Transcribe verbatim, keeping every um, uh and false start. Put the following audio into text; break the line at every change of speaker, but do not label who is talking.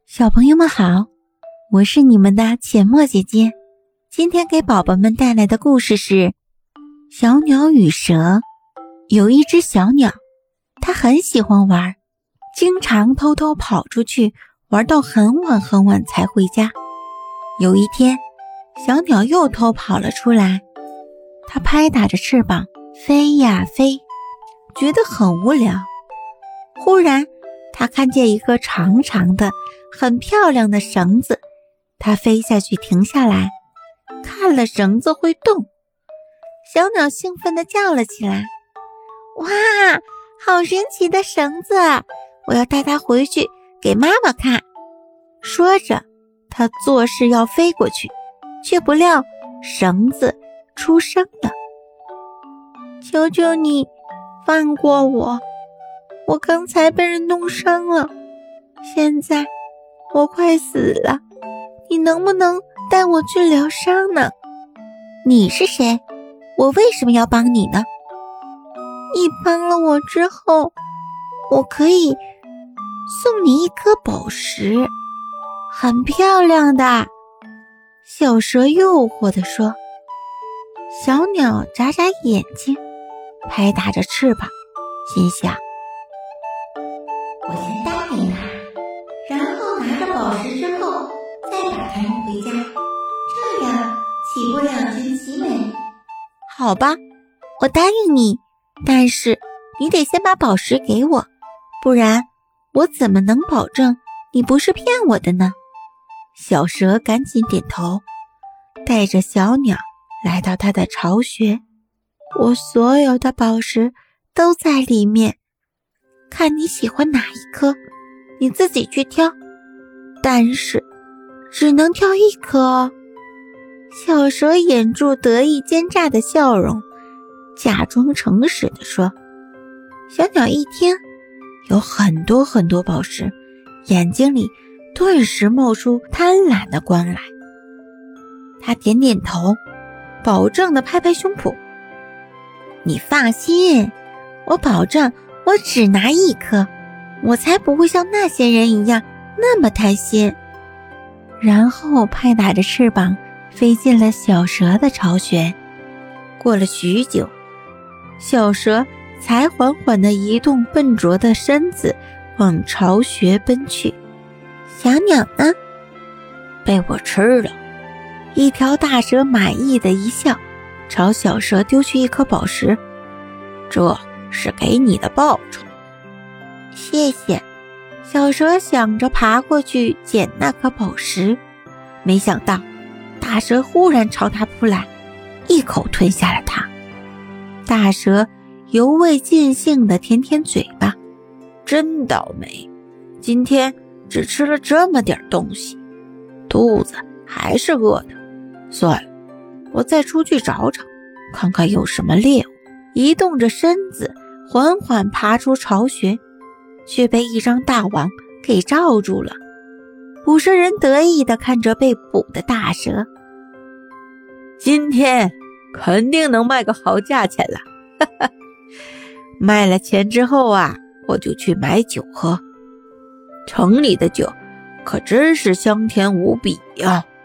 小朋友们好，我是你们的浅墨姐姐。今天给宝宝们带来的故事是小鸟与蛇。有一只小鸟，它很喜欢玩，经常偷偷跑出去玩到很晚很晚才回家。有一天，小鸟又偷跑了出来，它拍打着翅膀飞呀飞，觉得很无聊。忽然它看见一个长长的很漂亮的绳子，它飞下去停下来，看了绳子会动。小鸟兴奋地叫了起来，哇，好神奇的绳子，我要带它回去给妈妈看。说着它作势要飞过去，却不料绳子出声了。求求你放过我，我刚才被人弄伤了，现在我快死了，你能不能带我去疗伤呢？你是谁？我为什么要帮你呢？你帮了我之后，我可以送你一颗宝石，很漂亮的。小蛇诱惑地说。小鸟眨眨眼睛，拍打着翅膀，心想，我先答应他，然后拿着宝石之后再把它弄回家，这样岂不两全其美？好吧，我答应你，但是你得先把宝石给我，不然我怎么能保证你不是骗我的呢？小蛇赶紧点头，带着小鸟来到它的巢穴。我所有的宝石都在里面，看你喜欢哪一颗，你自己去挑，但是只能挑一颗哦。小蛇掩住得意奸诈的笑容，假装诚实地说。小鸟一听有很多很多宝石，眼睛里顿时冒出贪婪的光来。他点点头，保证地拍拍胸脯，你放心，我保证我只拿一颗，我才不会像那些人一样那么贪心。然后拍打着翅膀飞进了小蛇的巢穴。过了许久，小蛇才缓缓地移动笨拙的身子往巢穴奔去。小鸟呢？被我吃了。一条大蛇满意的一笑，朝小蛇丢去一颗宝石，这是给你的报酬。谢谢。小蛇想着爬过去捡那颗宝石，没想到大蛇忽然朝它扑来，一口吞下了它。大蛇犹未尽兴地舔舔嘴巴，真倒霉，今天只吃了这么点东西，肚子还是饿的。算了，我再出去找找，看看有什么猎物。移动着身子缓缓爬出巢穴，却被一张大网给罩住了。捕蛇人得意地看着被捕的大蛇，今天肯定能卖个好价钱了，哈哈。卖了钱之后啊，我就去买酒喝，城里的酒可真是香甜无比呀。